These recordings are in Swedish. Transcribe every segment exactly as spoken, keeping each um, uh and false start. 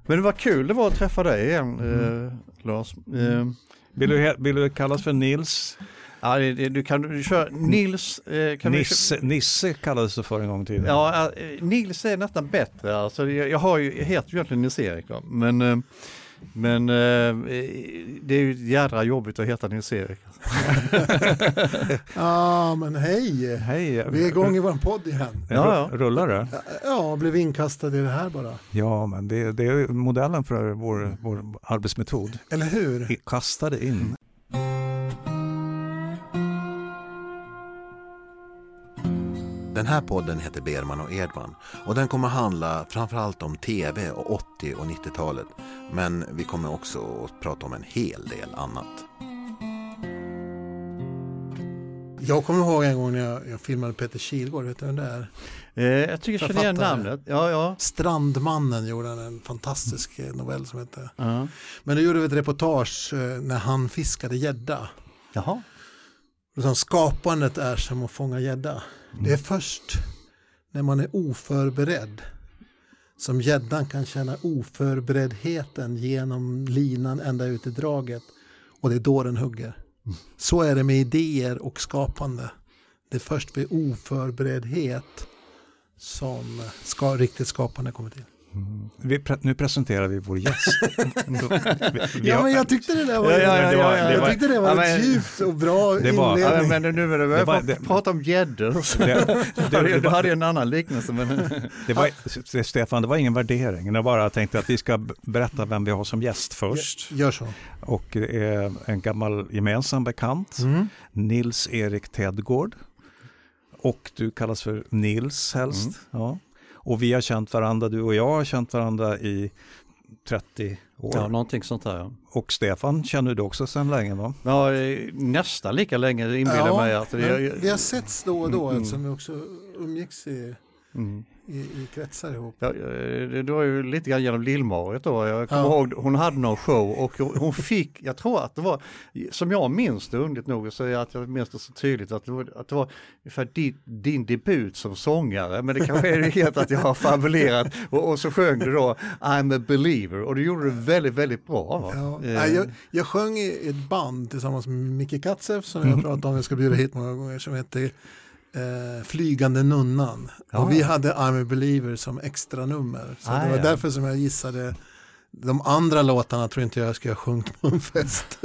Men det var kul det var att träffa dig igen, mm. eh, Lars. Eh, vill, du, vill du kallas för Nils? Ja, det, det, du kan du kör Nils. Eh, kan Nisse, du, Nisse kallades det för en gång tiden. Ja, eh, Nils är nästan bättre. Alltså, jag, jag har ju, jag heter ju egentligen Nils-Erik. Men, eh, men eh, det är ju jädra jobbigt att heta Nils-Erik. Ja, men hej. Hej. Vi är igång i vår podd igen. Ja, ja. Rullar det? Ja, blev inkastad i det här bara. Ja, men det, det är modellen för vår, vår arbetsmetod. Eller hur? Kastade in. Den här podden heter Berman och Edman och den kommer handla framförallt om tv och åttio- och nittiotalet. Men vi kommer också att prata om en hel del annat. Jag kommer ihåg en gång när jag, jag filmade Peter Kilgård, vet du vem det är? Eh, jag tycker jag känner igen namnet. Ja, ja. Strandmannen gjorde en fantastisk novell som heter. Uh-huh. Men då gjorde vi ett reportage när han fiskade gädda. Jaha. Och skapandet är som att fånga gädda. Mm. Det är först när man är oförberedd som gäddan kan känna oförberedheten genom linan ända ut i draget. Och det är då den hugger. Mm. Så är det med idéer och skapande. Det är först vid oförberedhet som ska, riktigt skapande kommer till. Mm. Vi pre- nu presenterar vi vår gäst. vi, vi ja, har... men jag tyckte det där var, ja, ja, ja, ja, ja. Jag var, tyckte det var ja, ett men, djupt och bra det var, inledning. Ja, men nu när du började prata om gäddor. Du hade ju en annan liknelse. Men... det var, Stefan, det var ingen värdering. Jag bara tänkte att vi ska berätta vem vi har som gäst först. Gör så. Och det är en gammal gemensam bekant. Mm. Nils-Erik Tedgård. Och du kallas för Nils helst. Mm. Ja. Och vi har känt varandra, du och jag har känt varandra i trettio år. Ja, någonting sånt här. Ja. Och Stefan känner du också sedan länge, va? Ja, nästan lika länge inbillar ja, mig. Att det är... Vi har setts då och då mm. eftersom vi också umgicks i, mm. i, i kretsar ihop. Ja, det var ju lite grann genom Lill-Marit då. Jag kommer ja. ihåg, hon hade någon show och hon fick, jag tror att det var, som jag minns det, ungligt nog, så att jag minns det så tydligt att det var, att det var ungefär din, din debut som sångare, men det kanske är helt att jag har fabulerat och, och så sjöng du då I'm a believer och du gjorde det väldigt, väldigt bra. Ja. Eh. Jag, jag sjöng i ett band tillsammans med Micke Katzev som jag pratade om, jag ska bjuda hit många gånger, som heter Eh, Flygande nunnan. Ja. Och vi hade I'm a believer som extra nummer. Så ah, det var ja. därför som jag gissade de andra låtarna tror inte jag ska ha sjungit på en fest.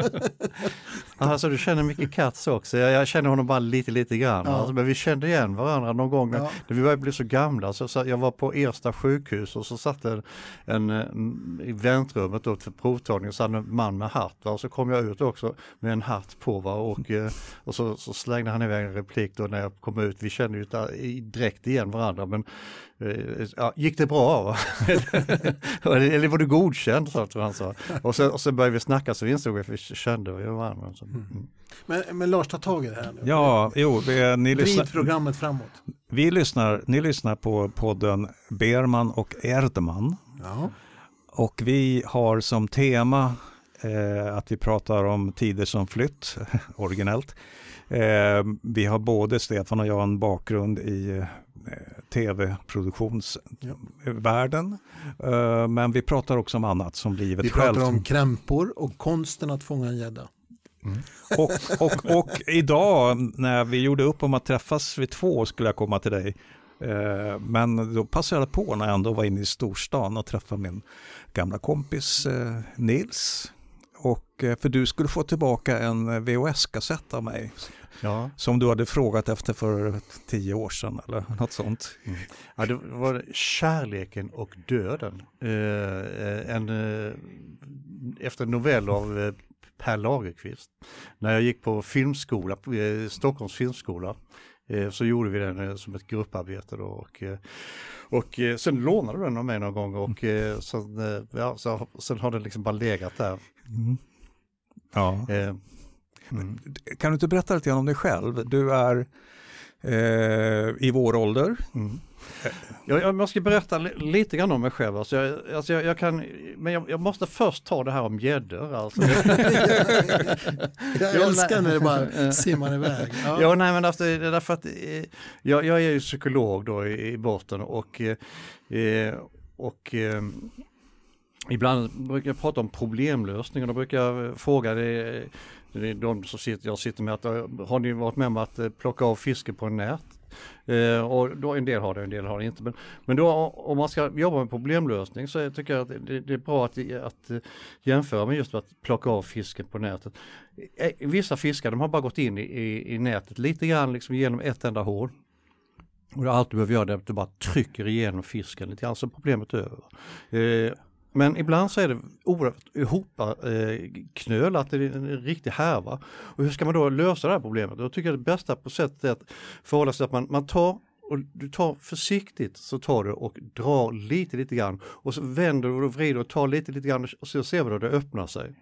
Alltså du känner mycket Katz också. Jag, jag känner honom bara lite, lite grann. Ja. Alltså, men vi kände igen varandra någon gång när, ja. när vi började bli så gamla. Så, så jag var på Ersta sjukhus och så satt en, en, en i väntrummet då för provtagning och satt en man med hatt. Va? Och så kom jag ut också med en hatt på. Va? Och, och så, så slängde han iväg en replik då när jag kom ut. Vi kände ju direkt igen varandra. Men ja, gick det bra? Va? Eller var du godkänd? Så tror han sa. Och så, och så började vi snacka så vi insåg att vi kände varandra. Mm. Men, men Lars, ta tag i det här nu. Ja, jo, vi, ni lyssnar, programmet framåt. Vi lyssnar, ni lyssnar på podden Berman och Erdman. Ja. Och vi har som tema eh, att vi pratar om tider som flytt, originellt. Eh, vi har både Stefan och jag en bakgrund i eh, tv-produktionsvärlden. Ja. Eh, men vi pratar också om annat som livet vi självt. Vi pratar om krämpor och konsten att fånga en gädda. Mm. Och, och, och idag när vi gjorde upp om att träffas vid två skulle jag komma till dig. Eh, men då passade jag på när jag ändå var inne i storstan och träffade min gamla kompis eh, Nils. Och eh, för du skulle få tillbaka en V H S-kassett av mig. Ja. Som du hade frågat efter för tio år sedan eller något sånt. Mm. Ja, det var Kärleken och döden. Eh, en, eh, efter en novell av eh, Per Lagerqvist. När jag gick på filmskola, på eh, Stockholms filmskola, eh, så gjorde vi den eh, som ett grupparbete. Då, och eh, och eh, sen lånade den av mig någon gång och eh, sen, eh, ja, så, sen har den liksom bara legat där. Mm. Ja. Eh, Mm. Kan du inte berätta lite om dig själv? Du är eh, i vår ålder. Mm. Jag, jag måste berätta li- lite grann om mig själv. Alltså jag, alltså jag, jag kan, men jag, jag måste först ta det här om gäddor. Alltså. jag älskar när det bara simmar iväg. Ja, ja nej, men alltså, det är därför att jag, jag är ju psykolog då i, i botten och, eh, och eh, ibland brukar jag prata om problemlösning och då brukar jag fråga det, det är de som sitter, jag sitter med att har ni varit med om att plocka av fiske på en nät? Eh, och då en del har det, en del har det inte. Men, men då om man ska jobba med problemlösning så tycker jag att det, det är bra att, att jämföra med just att plocka av fisken på nätet. Eh, vissa fiskar de har bara gått in i, i, i nätet lite grann liksom genom ett enda hål. Och det allt du behöver göra är att du bara trycker igenom fisken lite grann så problemet är över. Eh, Men ibland så är det oerhört ihopa eh, knöl, att det är en riktig härva. Och hur ska man då lösa det här problemet? Då tycker jag det bästa på sättet är att förhålla sig att man, man tar och du tar försiktigt så tar du och drar lite lite grann och så vänder du och vrider och tar lite lite grann och så ser vi då det öppnar sig.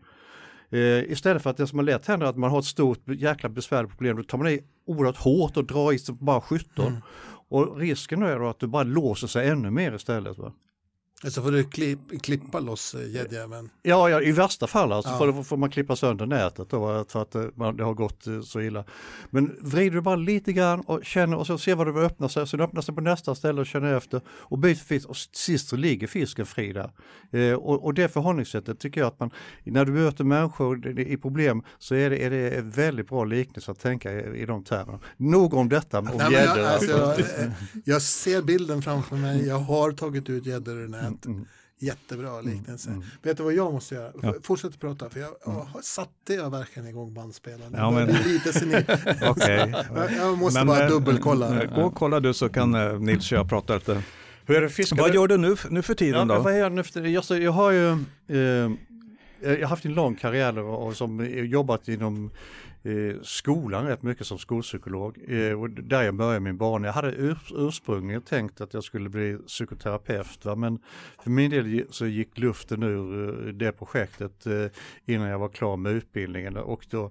Eh, istället för att det som är lätt händer att man har ett stort jäkla besvärligt problem, då tar man i oerhört hårt och drar i sig bara sjutton. Mm. Och risken är då att du bara låser sig ännu mer istället, va? Så får du klipp, klippa loss gäddjäveln. Ja, ja, i värsta fall alltså, ja. får, får man klippa sönder nätet då, för att man, det har gått så illa. Men vrider du bara lite grann och känner och så ser vad det öppnar sig, så det öppnar sig på nästa ställe och känner efter och byter fisk och sist så ligger fisken fri där. Eh, och, och det förhållningssättet tycker jag att man, när du möter människor i problem så är det, är det en väldigt bra liknelse att tänka i, i de termerna. Nog om detta om gäddor. Jag, alltså, jag, jag ser bilden framför mig, jag har tagit ut gäddor ur nät. Mm. Jättebra liknelse. Mm, mm. Vet du vad jag måste göra? Ja. Fortsätt prata, för jag oh, satte jag verkligen igång bandspelaren. Ja, men... lite senil. Okay. jag, jag måste men, bara dubbelkolla. Gå och kolla du så kan uh, Nils och jag prata lite. Hur är det fiskar? Vad gör du nu, nu för tiden ja, då? Vad är jag, nu för, jag, jag har ju eh, jag har haft en lång karriär och som jobbat inom eh, skolan rätt mycket som skolpsykolog. Eh, och där jag började min bana. Jag hade ur, ursprungligen tänkt att jag skulle bli psykoterapeut. Va? Men för min del så gick luften ur det projektet eh, innan jag var klar med utbildningen. Och då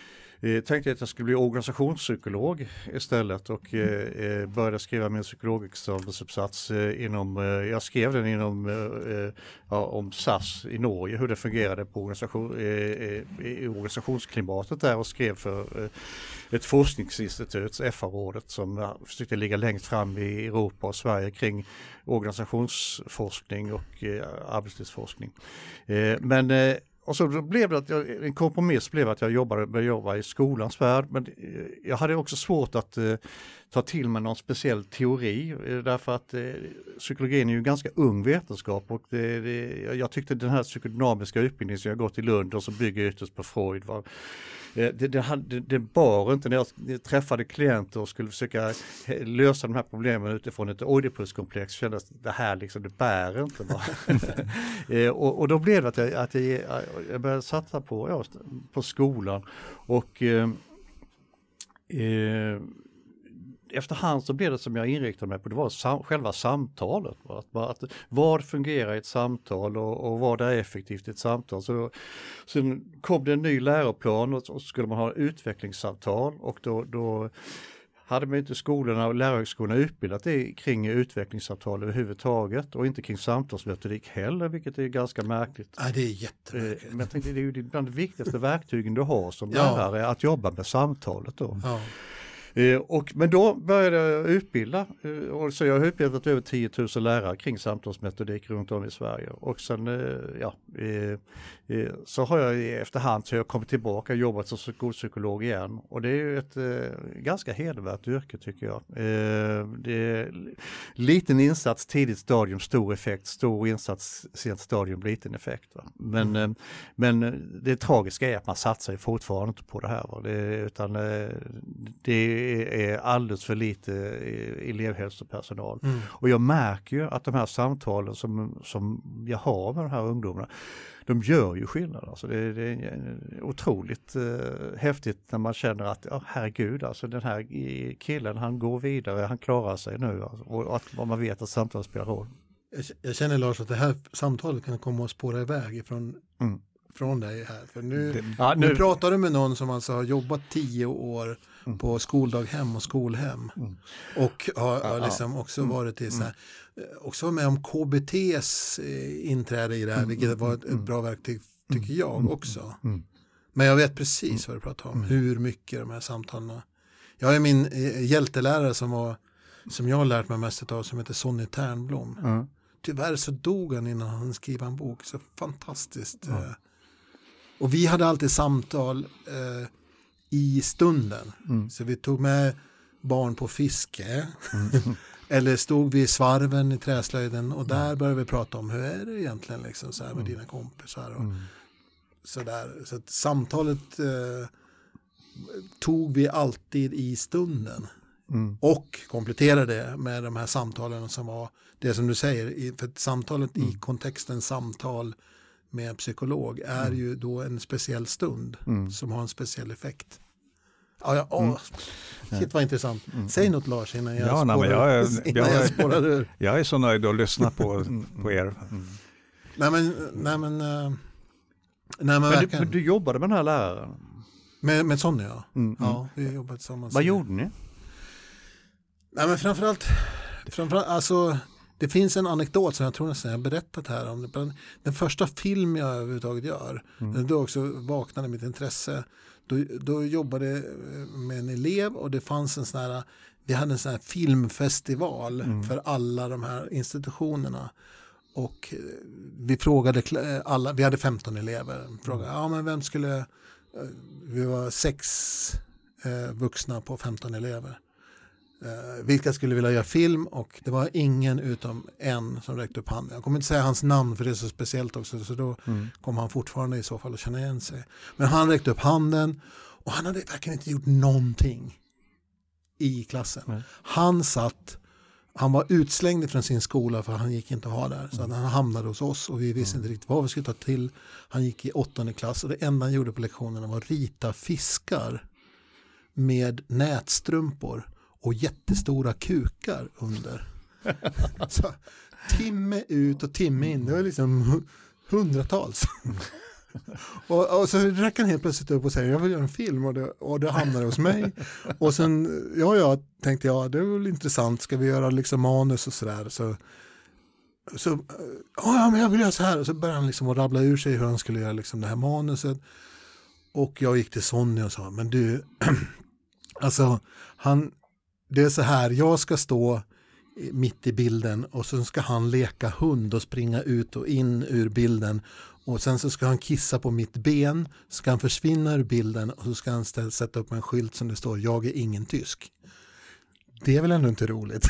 eh, tänkte jag att jag skulle bli organisationspsykolog istället och eh, började skriva min psykologexamensuppsats eh, inom, eh, jag skrev den inom eh, ja, om S A S i Norge, hur det fungerade på organisation, eh, i organisationsklimatet där och skrev för eh, ett forskningsinstitut, F A-rådet, som ja, försökte ligga längst fram i Europa och Sverige kring organisationsforskning och eh, arbetslivsforskning. Eh, men eh, Och så blev det att jag, en kompromiss blev att jag jobbade, började jobba i skolans värld, men jag hade också svårt att eh, ta till mig någon speciell teori eh, därför att eh, psykologin är ju en ganska ung vetenskap och det, det, jag tyckte den här psykodynamiska utbildningen som jag gått i Lund och som bygger ytterst på Freud var Det, det, det, det bar inte när jag träffade klienter och skulle försöka lösa de här problemen utifrån ett Oidipuskomplex, kändes det här liksom, det bär inte bara. och, och då blev det att jag, att jag, jag började satsa på, ja, på skolan och eh, eh, efterhand så blev det som jag inriktade mig på, det var sam, själva samtalet. Att, att, vad fungerar i ett samtal och, och vad är effektivt i ett samtal. Så, sen kom det en ny läroplan och så skulle man ha utvecklingssamtal och då, då hade man inte skolorna och lärarhögskolorna utbildat det kring utvecklingssamtal överhuvudtaget och inte kring samtalsmetodik heller, vilket är ganska märkligt. Ja, det är jättemärkligt. Men jag tänkte, det är ju bland de viktigaste verktygen du har som ja. lärare, att jobba med samtalet då. Ja. Eh, och, men då började jag utbilda eh, och så jag har utbildat över tio tusen lärare kring samtalsmetodik runt om i Sverige och sen eh, ja, eh, eh, så har jag i efterhand så jag kommit tillbaka och jobbat som skolpsykolog igen och det är ju ett eh, ganska hedervärt yrke tycker jag. Eh, det är liten insats, tidigt stadium, stor effekt, stor insats, sent stadium, liten effekt. Va? Men, mm. eh, men det tragiska är att man satsar fortfarande inte på det här. Va? Det, utan eh, det är alldeles för lite elevhälsopersonal. Mm. Och jag märker ju att de här samtalen som, som jag har med de här ungdomarna, de gör ju skillnad. Alltså det, det är otroligt eh, häftigt när man känner att oh, herregud, alltså den här killen han går vidare, han klarar sig nu. Alltså, och att man vet att samtalet spelar roll. Jag, jag känner Lars att det här samtalet kan komma och spåra iväg ifrån mm. från dig här. För nu, det, ja, nu... nu pratar du med någon som alltså har jobbat tio år Mm. på skoldaghem och skolhem mm. och har, har liksom också mm. varit i så här, också med om K B T:s inträde i det här, vilket var ett, ett bra verktyg tycker jag också. Mm. Men jag vet precis vad du pratar om, hur mycket de här samtalen. Jag är min hjältelärare som var som jag har lärt mig mest av som heter Sonny Ternblom. Mm. tyvärr så dog han innan han skrev en bok. Så fantastiskt. Ja. Och vi hade alltid samtal eh, i stunden. Mm. Så vi tog med barn på fiske. Mm. Eller stod vi i svarven i träslöjden. Och där började vi prata om hur är det egentligen liksom, så här, med mm. dina kompisar. Och mm. så där. Så att samtalet eh, tog vi alltid i stunden. Mm. Och kompletterade det med de här samtalen som var det som du säger. För samtalet mm. i kontexten samtal med psykolog är mm. ju då en speciell stund mm. som har en speciell effekt. Ja, ja, åh, mm. shit vad intressant. Mm. Säg något Lars innan jag, ja, spårar, nej, jag, är, innan jag, jag spårar ur. Jag är så nöjd att lyssna på, på er. Mm. Nej men, nej men, uh, nej, men, men, du, men du jobbade med den här läraren? Med, med Sonja, ja. Mm. Ja, vi jobbade tillsammans. Vad gjorde ni? Nej men framförallt, framförallt alltså, det finns en anekdot som jag tror nästan jag har berättat här om. Det. Den första film jag överhuvudtaget gör, mm. då också vaknade mitt intresse. Då, då jobbade jag med en elev och det fanns en sån här, vi hade en sån här filmfestival mm. för alla de här institutionerna. Och vi frågade alla, vi hade femton elever, frågade, ja men vem skulle, vi var sex eh, vuxna på femton elever. Uh, vilka skulle vilja göra film och det var ingen utom en som räckte upp handen. Jag kommer inte säga hans namn för det är så speciellt också så då mm. kommer han fortfarande i så fall att känna igen sig. Men han räckte upp handen och han hade verkligen inte gjort någonting i klassen. Mm. Han satt, han var utslängd från sin skola för han gick inte att ha där. Så mm. han hamnade hos oss och vi visste mm. inte riktigt vad vi skulle ta till. Han gick i åttonde klass och det enda han gjorde på lektionerna var att rita fiskar med nätstrumpor och jättestora kukar under. Så, timme ut och timme in. Det var liksom hundratals. och, och så räcker han helt plötsligt upp och säger jag vill göra en film och det, och det hamnar hos mig. Och sen, ja ja, tänkte jag, det är väl intressant. Ska vi göra liksom manus och sådär. Så, så ja men jag vill göra så här. Och så började han liksom att rabbla ur sig hur han skulle göra liksom det här manuset. Och jag gick till Sonny och sa, men du, alltså han det är så här, jag ska stå mitt i bilden och så ska han leka hund och springa ut och in ur bilden och sen så ska han kissa på mitt ben, ska han försvinna ur bilden och så ska han ställa, sätta upp en skylt som det står, jag är ingen tysk. Det är väl ändå inte roligt.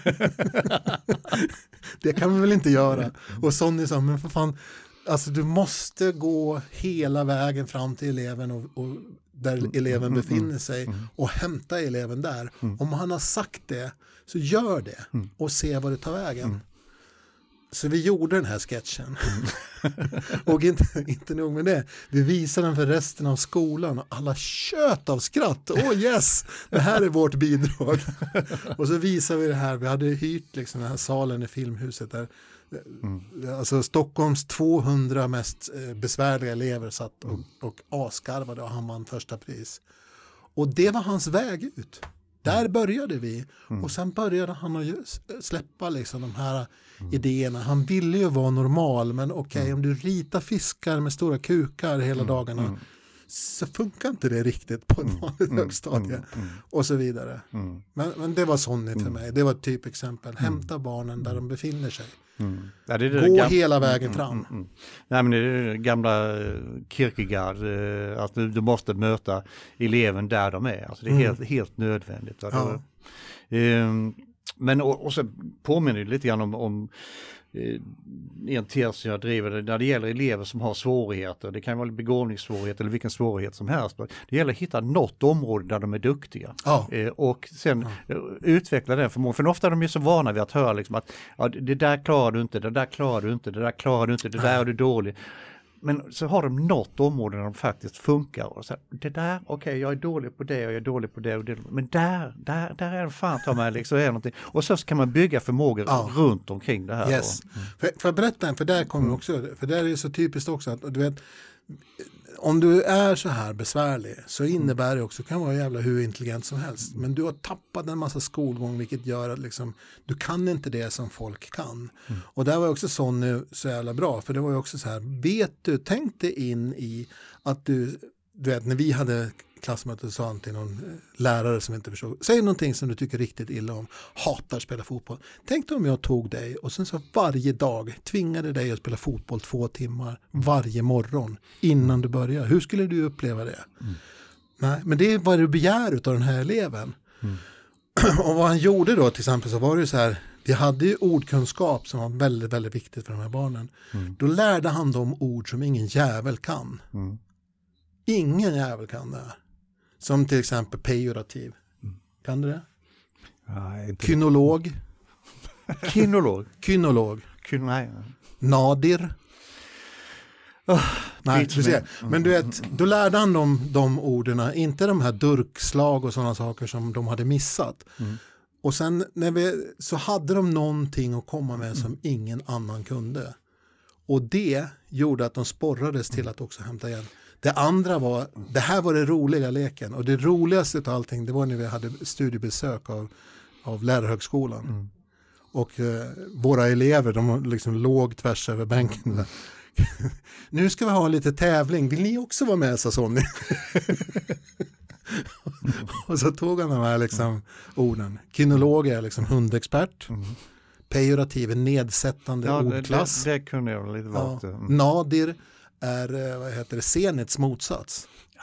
Det kan vi väl inte göra. Och Sonny sa, men för fan, alltså du måste gå hela vägen fram till eleven och, och där eleven befinner sig och hämta eleven där. Om han har sagt det så gör det och se vad det tar vägen. Så vi gjorde den här sketchen. Och inte, inte nog med det. Vi visade den för resten av skolan och alla tjöt av skratt. Åh oh yes, det här är vårt bidrag. Och så visade vi det här. Vi hade hyrt liksom den här salen i Filmhuset där. Mm. Alltså Stockholms tvåhundra mest besvärliga elever satt och, och askarvade och han vann första pris. Och det var hans väg ut. Där började vi. Mm. Och sen började han att släppa liksom de här mm. idéerna. Han ville ju vara normal, men okej, okay, mm. om du ritar fiskar med stora kukar hela mm. dagarna mm. så funkar inte det riktigt på ett vanligt mm. högstadie. Mm. Mm. Och så vidare. Mm. Men, men det var Sonny för mig. Det var ett typexempel. Mm. Hämta barnen där de befinner sig. Mm. Ja, det är det Gå gam- hela vägen fram. Mm, mm, mm. Nej, men det är det gamla Kierkegaard, att du, du måste möta eleven där de är. Alltså det är mm. helt, helt nödvändigt. Ja. Um, men och, och så påminner det lite grann om, om en tes jag driver när det gäller elever som har svårigheter. Det kan vara begåvningssvårigheter eller vilken svårighet som helst. Det gäller att hitta något område där de är duktiga. Ja. Eh, och sen ja. utveckla den förmågan. För ofta är de ju så vana vid att höra liksom att ja, det där klarar du inte, det där klarar du inte, det där klarar du inte, det där är du dålig. Men så har de något område där de faktiskt funkar. Och så här, det där, okej, okay, jag är dålig på det och jag är dålig på det. Och det men där, där, där är det fan ta mig liksom, är någonting. Och så kan man bygga förmågor ja. runt omkring det här. Yes. Mm. För, för att berätta en, för där kommer mm. också, för där är det så typiskt också att du vet, om du är så här besvärlig så innebär det också, kan vara jävla hur intelligent som helst, men du har tappat en massa skolgång vilket gör att liksom, du kan inte det som folk kan. Mm. Och där var också sån nu så jävla bra, för det var ju också så här, vet du, tänk dig in i att du, du vet när vi hade klassmötet sa han till någon lärare som inte förstod. Säg någonting som du tycker riktigt illa om. Hatar spela fotboll. Tänk om jag tog dig och sen så varje dag tvingade dig att spela fotboll två timmar varje morgon innan du börjar. Hur skulle du uppleva det? Mm. Nej, men det är vad du begär av den här eleven. Mm. Och vad han gjorde då till exempel så var det ju så här. Vi hade ju ordkunskap som var väldigt, väldigt viktigt för de här barnen. Mm. Då lärde han dem ord som ingen jävel kan. Mm. Ingen jävel kan det. Som till exempel pejorativ. Mm. Kan du det? Nej, inte. Kynolog. Kynolog. Kynolog. Kyn- nej. Nadir. Oh, nej, du ser. Men du vet, då lärde han dem de orden. Inte de här durkslag och sådana saker som de hade missat. Mm. Och sen när vi, så hade de någonting att komma med som ingen annan kunde. Och det gjorde att de sporrades till att också hämta igen. Det andra var, det här var det roliga leken. Och det roligaste av allting, det var när vi hade studiebesök av, av lärarhögskolan. Mm. Och eh, våra elever, de liksom låg tvärs över bänken där. Nu ska vi ha lite tävling, vill ni också vara med, sa Sonny. Och så tog han de här liksom orden. Kynolog är liksom hundexpert. Mm. Pejorativ är nedsättande ja, ordklass. Det, det, det kunde jag lite valt. Ja. Mm. Nadir är, vad heter det, senets motsats. Ja.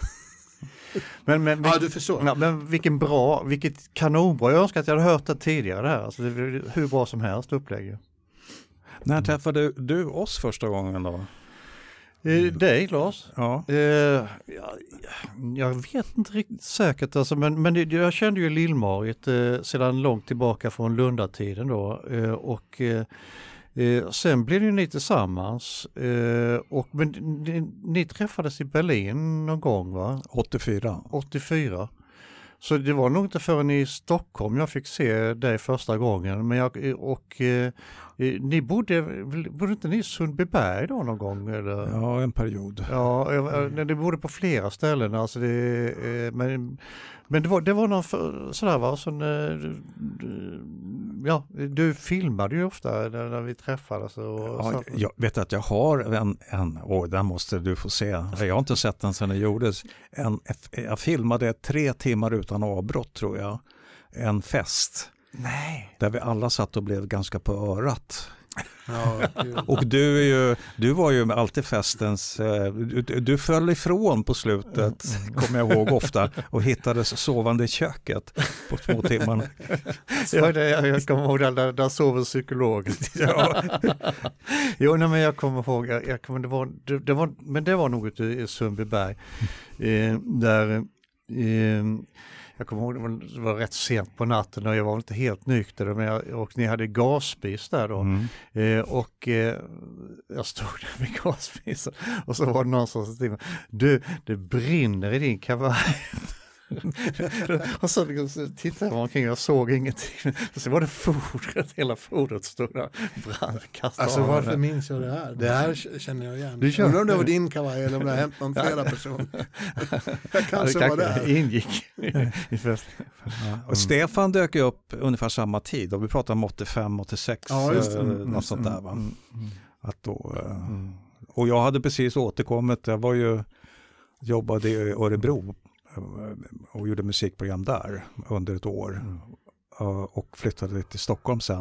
Men, men, ja, du förstår. Ja, men vilken bra, vilket kanonbra. Jag önskar att jag hade hört det tidigare det här. Alltså, det är hur bra som helst upplägg. När träffade du oss första gången då? Mm. Dig, Lars? Ja. Uh, jag, jag vet inte riktigt säkert, alltså, men, men jag kände ju Lill-Marit uh, sedan långt tillbaka från Lundatiden då. Uh, och uh, uh, sen blev ju ni tillsammans. Uh, och, men ni, ni träffades i Berlin någon gång, va? åttiofyra. åttiofyra. Så det var nog inte förrän i Stockholm jag fick se dig första gången. Men jag, och eh, ni bodde, bodde inte ni i Sundbyberg då någon gång? Eller? Ja, en period. Ja, ni bodde på flera ställen. Alltså det, eh, men men det, var, det var någon för, sådär va? Så, eh, ja, du filmade ju ofta när, när vi träffades. Och, ja, jag vet att jag har en, en åh, den måste du få se. Jag har inte sett den sedan det gjordes. En, jag filmade tre timmar utan avbrott tror jag. En fest. Nej. Där vi alla satt och blev ganska på örat. Ja, och du, är ju, du var ju alltid festens, du, du föll ifrån på slutet, kommer jag ihåg ofta, och hittades sovande i köket på små timmar. Ja, det, jag, jag kommer ihåg där, där sover psykologen. Ja. Jo, nej, men jag kommer ihåg, jag, jag kommer, det var, det, det var, men det var något i Sundbyberg, eh, där eh, jag kommer ihåg det var, det var rätt sent på natten och jag var inte helt nykter, men jag, och ni hade gasspis där då. Mm. Eh, och eh, jag stod där med gasspisen och så var det någon som sa till mig, du, det brinner i din kavaj. Och så tittade man omkring och jag såg ingenting. Så var det fodret, hela fodret stod där brann, kastade. Alltså varför det. Minns jag det här? Det här känner jag igen. Du undrar om det var din kavaj eller om det har hänt någon flera personer. Jag kanske ja, var där. Det ingick i festen. Ja. Och Stefan dök upp ungefär samma tid och vi pratade om åttiofem åttiosex, ja, just det. Mm, något sånt där va. Mm, mm. Att då, mm. Och jag hade precis återkommit, jag var ju jobbade i Örebro och gjorde musikprogram där under ett år mm. och flyttade till Stockholm sen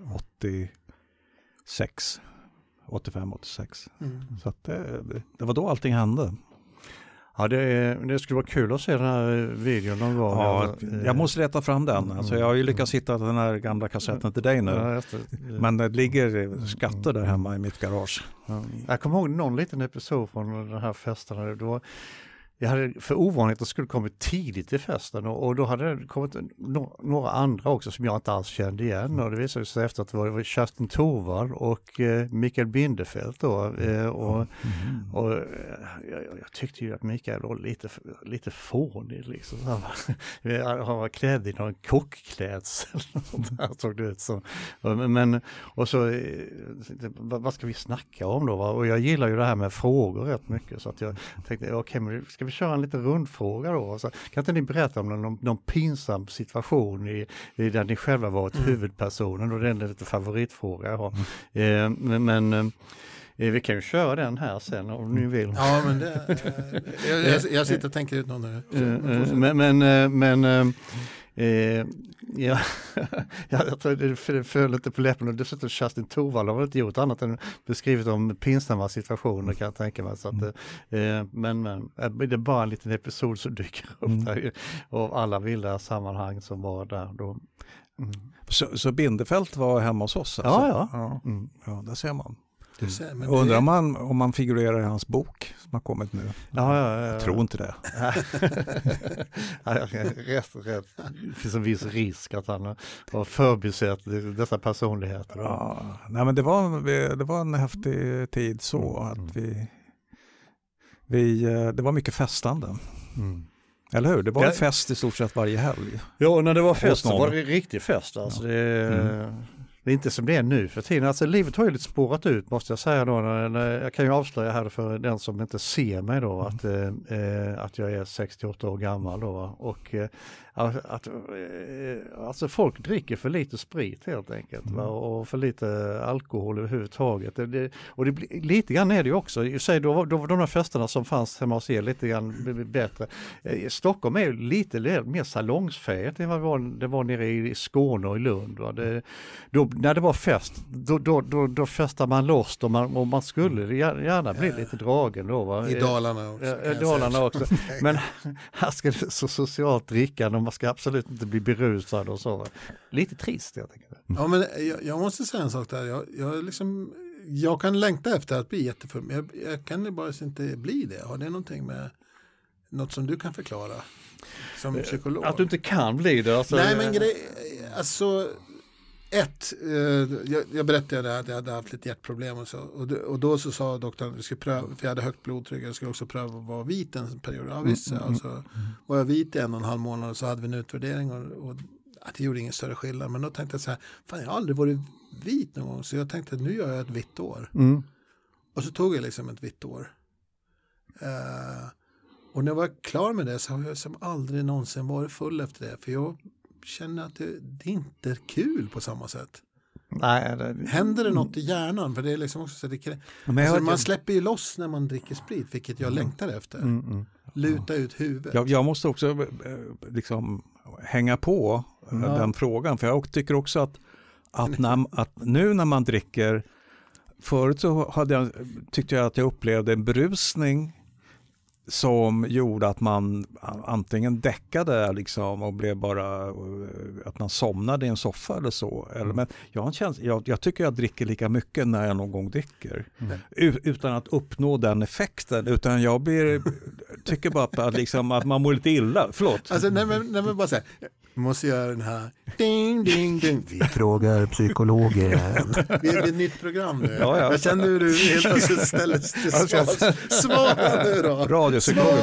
åttiosex, åttiofem åttiosex. Mm. Så att det, det var då allting hände. Ja, det, det skulle vara kul att se den här videon någon gång. Ja, jag måste leta fram den. Alltså, jag har ju lyckats hitta den här gamla kassetten till dig nu. Ja, men det ligger skatter där hemma i mitt garage. Ja. Jag kommer ihåg någon liten episod från den här festen. Då jag hade för ovanligt att skulle kommit tidigt till festen och, och då hade det kommit no, några andra också som jag inte alls kände igen och det visade sig efter att det var, det var Kerstin Thorvald och eh, Mikael Bindefeld då eh, och, mm. och eh, jag, jag tyckte ju att Mikael var lite, lite fånig liksom. Han var, han var klädd i någon kockklädsel såg det ut som. Men och så eh, vad ska vi snacka om då va? Och jag gillar ju det här med frågor rätt mycket så att jag tänkte okej okay, men ska vi köra en liten rundfråga då? Så, kan inte ni berätta om någon, någon pinsam situation i, i där ni själva varit mm. huvudpersonen och det är en lite favoritfråga jag har. Mm. Eh, men Vi kan ju köra den här sen om ni vill. Ja, men det, jag, jag, jag sitter och tänker ut någon nu. Men, men, men eh, ja, jag tror det föll lite på läppen, och dessutom Kerstin Thorvald har väl inte gjort annat än beskrivit om pinsamma situationer, kan jag tänka mig. Så att, eh, men, men det är bara en liten episod som dyker upp mm. där, av alla vilda sammanhang som var där då. Mm. Så, så Bindefält var hemma hos oss? Alltså? Ja, ja. Ja, mm. Ja, där ser man. Du ser, men Undrar det... om man, om man figurerar i hans bok som har kommit nu. Ja, ja, ja, jag tror inte det. ja, rätt, rätt. Det finns en viss risk att han har förbisett dessa personligheter. Ja, nej, men det var, det var en häftig tid så att vi, vi det var mycket festande. Mm. Eller hur? Det var en fest i stort sett varje helg. Ja, och när det var fest så var det riktig fest. Alltså det, mm. det är inte som det är nu för tiden. Alltså livet har ju lite spårat ut, måste jag säga då. När, när, jag kan ju avslöja här för den som inte ser mig då att, mm. eh, att jag är sextioåtta år gammal då. Och eh, att, eh, alltså folk dricker för lite sprit helt enkelt. Mm. Va? Och för lite alkohol överhuvudtaget. Det, det, och det blir, lite grann är det ju också. Jag säger, då, då var de här festerna som fanns hemma hos er lite grann bättre. Eh, Stockholm är ju lite mer salongsfärgat än vad det var, det var nere i Skåne och i Lund. Va? Det, då, när det var fest, då, då, då, då festar man loss och man, och man skulle gärna bli lite dragen då. Va? I Dalarna också. I Dalarna också. Men här ska det så socialt dricka och man ska absolut inte bli berusad och så. Lite trist, jag tänker. Ja, men jag, jag måste säga en sak där. Jag, jag, liksom, jag kan längta efter att bli jättefull, men jag, jag kan bara inte bli det. Har det någonting med något som du kan förklara som psykolog? Att du inte kan bli det? Alltså, Nej, men grej, alltså ett, eh, jag, jag berättade att jag hade haft lite hjärtproblem och så. Och, och då så sa doktorn att vi skulle pröva, för jag hade högt blodtryck, jag skulle också pröva att vara vit en period. Ja, visst, mm, alltså, mm. var jag vit i en och en halv månad och så hade vi en utvärdering och, och att det gjorde ingen större skillnad. Men då tänkte jag så här, fan jag har aldrig varit vit någon gång, så jag tänkte att nu gör jag ett vitt år. Mm. Och så tog jag liksom ett vitt år. Uh, och när jag var klar med det så har jag som aldrig någonsin varit full efter det. För jag känner att det, det inte är kul på samma sätt. Nej, det... Händer det något i hjärnan? För det är liksom också så det, alltså, man släpper ju loss när man dricker sprit, vilket jag mm. längtar efter. Mm, mm. Luta ut huvudet. Jag, jag måste också liksom hänga på ja. den frågan. För jag tycker också att, att, när, att nu när man dricker, förut så hade jag, tyckte jag att jag upplevde en berusning som gjorde att man antingen däckade liksom och blev bara att man somnade i en soffa eller så. Eller, men jag, har en känsla, jag, jag tycker jag dricker lika mycket när jag någon gång dricker. Mm. Utan att uppnå den effekten. Utan jag blir, tycker bara att, liksom, att man mår lite illa. Förlåt. Alltså, nej, men, nej, men bara säga. Vi måste göra den här ding, ding, ding. Vi frågar psykologer. Det är ett nytt program nu. Ja, ja. Jag känner hur du helt plötsligt ställer till svar. Svara nu då. Radiopsykologen.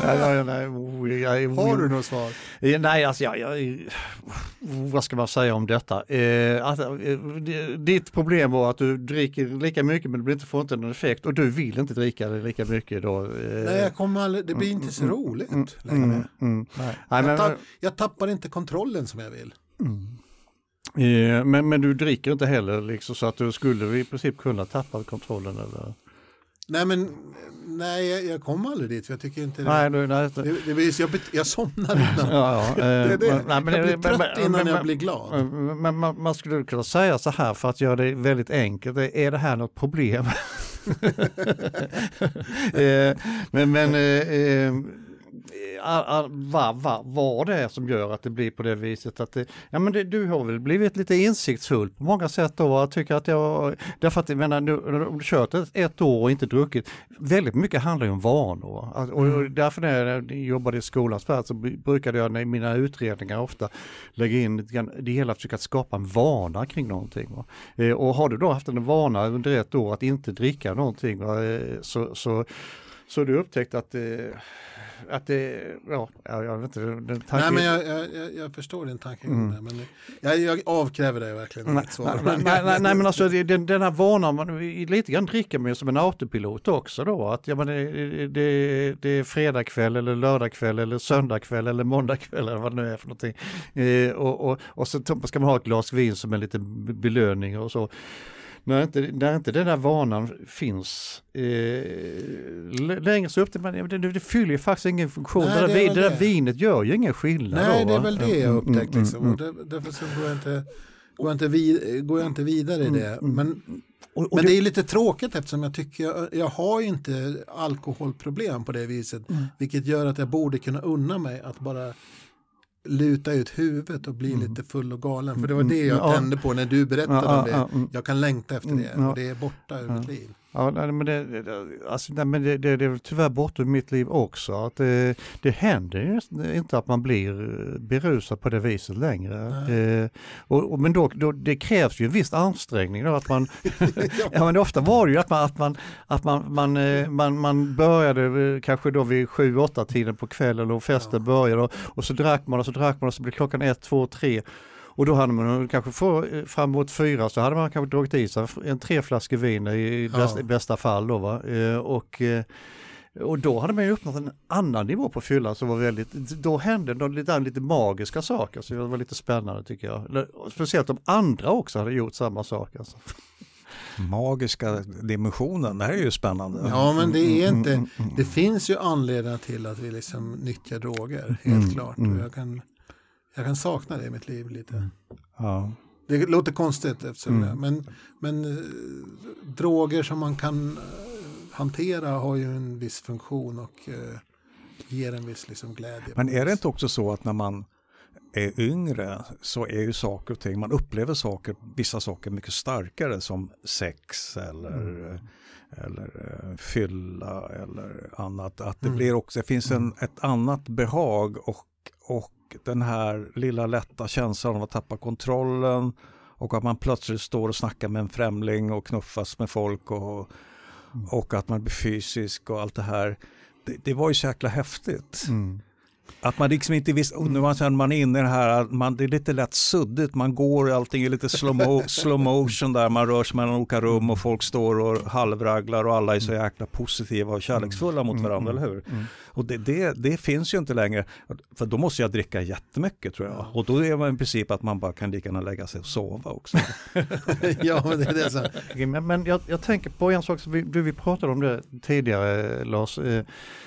Har du något svar? Nej, alltså jag, jag, vad ska man säga om detta? Eh, att, eh, ditt problem var att du dricker lika mycket men det blir inte, får inte någon effekt och du vill inte dricka lika mycket då. Eh. Nej, jag kommer aldrig, det blir inte så roligt mm, längre. Mm, mm. Nej. Jag, men, tapp, jag tappar inte kontrollen som jag vill. Mm. Eh, men, men du dricker inte heller liksom, så att du skulle i princip kunna tappa kontrollen eller? Nej, men nej, jag, jag kommer aldrig dit för jag tycker inte det. Nej, du, nej, det, det, det jag, jag somnar innan. ja, ja, det är det. Nej, men, jag blir trött men, innan men, jag blir glad. Men, men man, man skulle kunna säga så här för att göra det väldigt enkelt. Är det här något problem? eh, men men eh, vad va, va det är som gör att det blir på det viset att det, ja men det, du har väl blivit lite insiktsfull på många sätt då. Jag tycker att jag, därför att jag menar, nu, om du kört ett, ett år och inte druckit, väldigt mycket handlar ju om vanor. Och, och, och därför när jag jobbade i skolans värld så brukade jag i mina utredningar ofta lägga in det hela att försöka skapa en vana kring någonting. Va? Och har du då haft en vana under ett år att inte dricka någonting, va? så så så du upptäckt att att det, ja, jag vet inte. Den tanken... Nej, men jag, jag, jag förstår din tanke. Mm. Men jag, jag avkräver dig verkligen nej, svar. Nej, nej, nej, nej, men alltså den, den här vanan, man lite grann dricker med som en autopilot också då. Att ja, men det, det, det är fredagkväll eller lördagkväll eller söndagkväll eller måndagkväll eller vad det nu är för någonting. Eh, och, och, och så ska man ha ett glas vin som en liten belöning och så. när, inte, när inte den där vanan finns eh, längre så upp till, men det, det fyller ju faktiskt ingen funktion. Nej, det, där, det, det där vinet gör ju ingen skillnad. Nej, då, det är väl det jag upptäckt. Mm, Liksom. mm, Och det, därför så går jag inte, går jag inte, vid, går jag inte vidare i det. Mm, men och, och men det, det är lite tråkigt eftersom jag tycker jag, jag har ju inte alkoholproblem på det viset. Mm. Vilket gör att jag borde kunna unna mig att bara luta ut huvudet och bli mm. lite full och galen. För det var det jag ja. tände på när du berättade ja, om det. Ja, ja. Jag kan längta efter det ja. och det är borta ur ja. mitt liv. Ja, nej, men, det, alltså, nej, men det, det, det är tyvärr borta ur mitt liv också. Att det, det händer inte att man blir berusad på det viset längre. Eh, och, och, men då, då, det krävs ju en viss ansträngning. Då, att man, ja, men ofta var det ju att man, att man, att man, man, man, man började kanske då vid sju, åtta tiden på kvällen och festen ja. började. Och, och så drack man och så drack man och så blev klockan ett, två, tre. Och då hade man kanske få, fram mot fyra så hade man kanske dragit i sig en tre flaskor vin i, ja. i bästa fall. Då, va? Och, och då hade man ju uppnått en annan nivå på fyllan som var väldigt, då hände det lite, lite magiska saker så det var lite spännande tycker jag. Speciellt om andra också hade gjort samma sak. Alltså. Magiska dimensionen, det här är ju spännande. Ja, men det är inte, det finns ju anledningar till att vi liksom nyttjar droger, helt mm. klart. Och jag kan... Jag kan sakna det i mitt liv lite. Ja. Det låter konstigt eftersom mm. det, men, men eh, droger som man kan eh, hantera har ju en viss funktion och eh, ger en viss liksom, glädje. Men är det inte också så att när man är yngre så är ju saker och ting, man upplever saker, vissa saker mycket starkare som sex eller, mm. eller uh, fylla eller annat. Att det mm. blir också, det finns en, ett annat behag och, och den här lilla lätta känslan av att tappa kontrollen och att man plötsligt står och snackar med en främling och knuffas med folk och, mm. och att man blir fysisk och allt det här. Det, det var ju så jäkla häftigt. Mm. Att man liksom inte visste, nu man, man är inne i det här, man, det är lite lätt suddigt, man går och allting är lite slow, mo, slow motion där, man rör sig mellan olika rum och folk står och halvraglar och alla är så jäkla positiva och kärleksfulla mot varandra, mm, eller hur? Mm. Och det, det, det finns ju inte längre, för då måste jag dricka jättemycket tror jag. Och då är man i princip att man bara kan lika gärna lägga sig och sova också. Ja, men det är det så. Men, men jag, jag tänker på en sak, som vi, du, vi pratade om det tidigare, Lars, eh,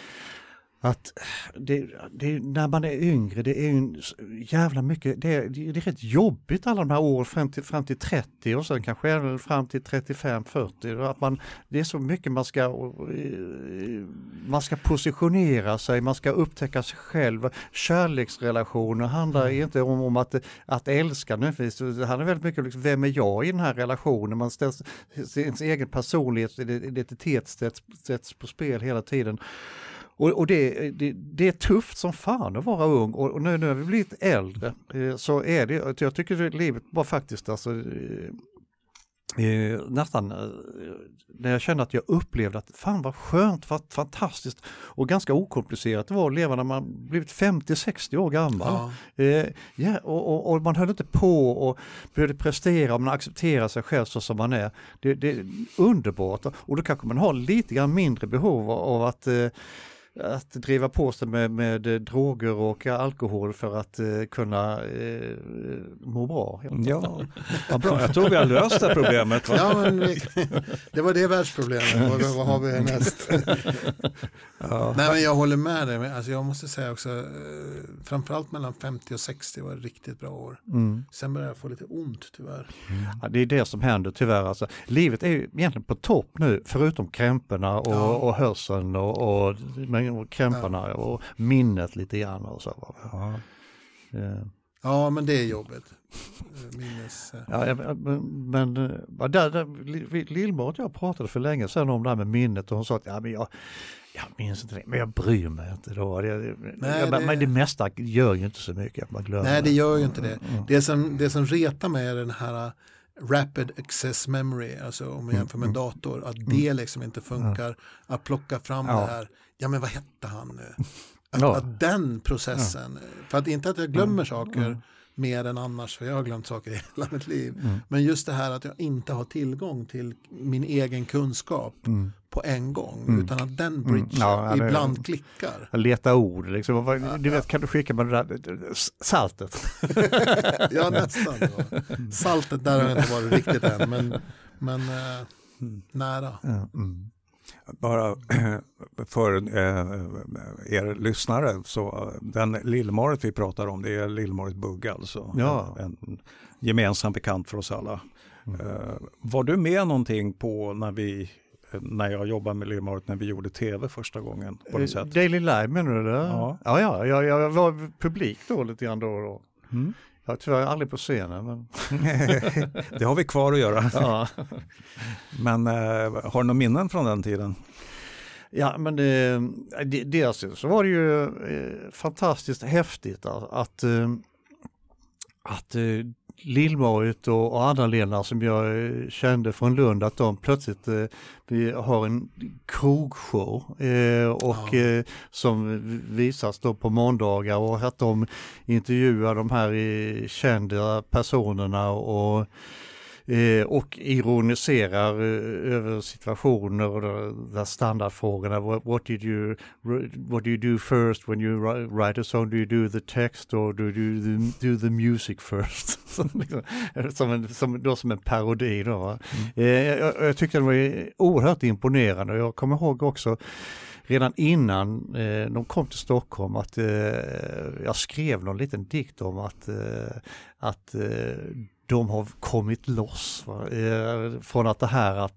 att det, det, när man är yngre, det är ju jävla mycket, det är, det är rätt jobbigt alla de här åren fram till, fram till trettio och sen kanske även fram till trettiofem fyrtio. Att man, det är så mycket man ska, man ska positionera sig, man ska upptäcka sig själv. Kärleksrelationer handlar mm. inte om, om att, att älska nödvändigtvis. Det handlar väldigt mycket om liksom, vem är jag i den här relationen? Man ställs, ens egen personlighet och identitet sätts, sätts på spel hela tiden. Och, och det, det, det är tufft som fan att vara ung och, och nu när vi blivit äldre eh, så är det, jag tycker att livet var faktiskt alltså, eh, eh, nästan eh, när jag kände att jag upplevde att fan vad skönt, vad fantastiskt och ganska okomplicerat det var att leva när man blivit femtio sextio år gammal. Ja. Eh, ja, och, och, och man höll inte på och började prestera och man accepterar sig själv så som man är. Det, det är underbart och då kanske man har lite grann mindre behov av att eh, att driva på sig med, med droger och alkohol för att uh, kunna uh, må bra. Ja, vad bra. Jag tror vi har löst det problemet. Va? Ja, men vi, det var det världsproblemet. Vad, vad har vi härnäst? Ja. Nej, men jag håller med dig. Alltså, jag måste säga också, uh, framförallt mellan femtio och sextio var det riktigt bra år. Mm. Sen började jag få lite ont tyvärr. Mm. Ja, det är det som händer tyvärr. Alltså, livet är ju egentligen på topp nu, förutom krämporna och, ja. och hörseln och, och och krämparna ja. och minnet lite grann och så. Ja, ja. ja men det är jobbet. Minnes. Ja, men, men där, där, Lillmor och jag pratade för länge sedan om det här med minnet och hon sa att ja, men jag, jag minns inte det, men jag bryr mig inte då. Det, Nej, jag, det, men det mesta gör ju inte så mycket att man glömmer. Nej, det gör ju inte det. Mm. Det, som, det som retar mig är den här rapid access memory, alltså om man jämför med mm. dator, att det mm. liksom inte funkar, mm. att plocka fram ja. det här, ja men vad hette han nu? Att, ja. att den processen, ja. för att inte att jag glömmer mm. saker mm. mer än annars, för jag har glömt saker i hela mitt liv, mm. men just det här att jag inte har tillgång till min egen kunskap mm. på en gång, mm. utan att den bridge mm. ja, ibland det, klickar. Leta ord, liksom. Du vet, kan du skicka med det där saltet? Ja, nästan. Ja. Saltet där har inte varit riktigt än, men, men eh, mm. nära. Mm. Bara för eh, er lyssnare, så den Lillmarit vi pratar om, det är Lillmarit Bugge, alltså. Ja. En, en gemensam bekant för oss alla. Mm. Eh, var du med någonting på när vi när jag jobbade med Lillmarit, när vi gjorde tv första gången på något sätt? Daily Live menar du det? Ja. Ja, ja jag, jag var publik då lite grann då och då. Mm. Jag var tyvärr aldrig på scenen. Men... det har vi kvar att göra. Ja. Men eh, har du några minnen från den tiden? Ja, men det, det, det så var det ju eh, fantastiskt häftigt att, att, eh, att eh, Lillmarit och, och andra ledare som jag eh, kände från Lund, att de plötsligt eh, vi har en krogshow eh, och ja. eh, som visas då på måndagar, och att de intervjuar de här eh, kända personerna och Eh, och ironiserar eh, över situationer och där standardfrågorna. What, what did you what do you do first when you write a song? Do you do the text or do you do the, do the music first? som, liksom, som, en, som, då som en parodi då. Va? Mm. Eh, jag, jag tyckte det var oerhört imponerande. Jag kommer ihåg också redan innan eh, de kom till Stockholm att eh, jag skrev någon liten dikt om att, eh, att eh, de har kommit loss va? Eh, från att det här att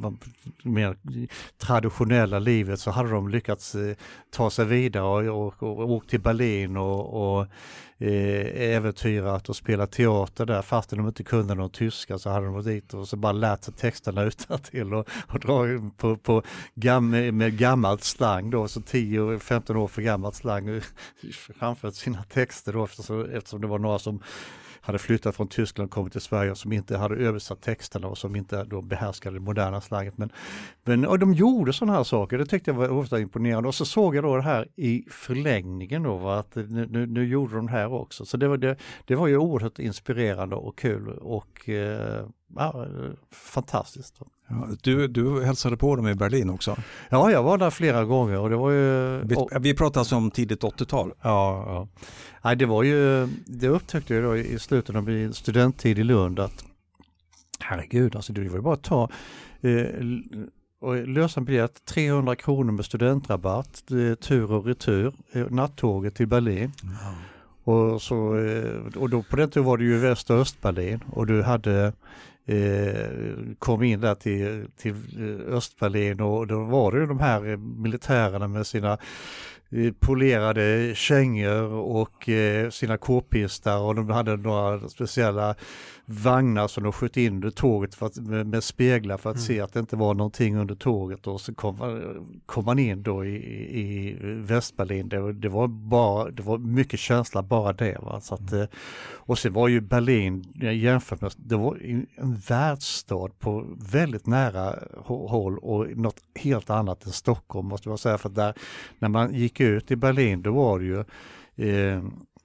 mer traditionella livet, så hade de lyckats eh, ta sig vidare och, och, och, och åkt till Berlin och, och eh, äventyrat och spelat teater där, fast de inte kunde någon tyska, så hade de varit dit och så bara lärt sig texterna utan till och, och dra på, på gam, med gammalt slang då, så tio femton år för gammalt slang framfört sina texter då, eftersom, eftersom det var några som hade flyttat från Tyskland och kommit till Sverige som inte hade översatt texterna och som inte då behärskade det moderna slanget. Men, men och de gjorde sådana här saker, det tyckte jag var ofta imponerande. Och så såg jag då det här i förlängningen då, va? Att nu, nu, nu gjorde de här också. Så det var, det, det var ju oerhört inspirerande och kul och eh, ja, fantastiskt. Ja, du, du hälsade på dem i Berlin också? Ja, jag var där flera gånger och det var ju... Vi, vi pratar alltså om tidigt åttiotal. Ja, ja. Nej, det var ju, det upptäckte jag då i slutet av min studenttid i Lund att herregud, alltså det var ju bara att ta eh, och lösa en biljett, trehundra kronor med studentrabatt, tur och retur, nattåget till Berlin. Mm. Och, så, och då på den tiden var det ju Väst- och Östberlin och du hade eh, kom in där till, till Östberlin och då var det ju de här militärerna med sina polerade kängor och eh, sina k-pistar och de hade några speciella vagnar som de sköt in under tåget för att, med, med speglar för att mm. se att det inte var någonting under tåget och så kom, kom man in då i, i Västberlin. Det, det, var bara, det var mycket känsla bara det. Va? Så att, och sen var ju Berlin jämfört med, det var en världsstad på väldigt nära håll och något helt annat än Stockholm måste jag säga, för att där när man gick ut i Berlin då var det ju eh,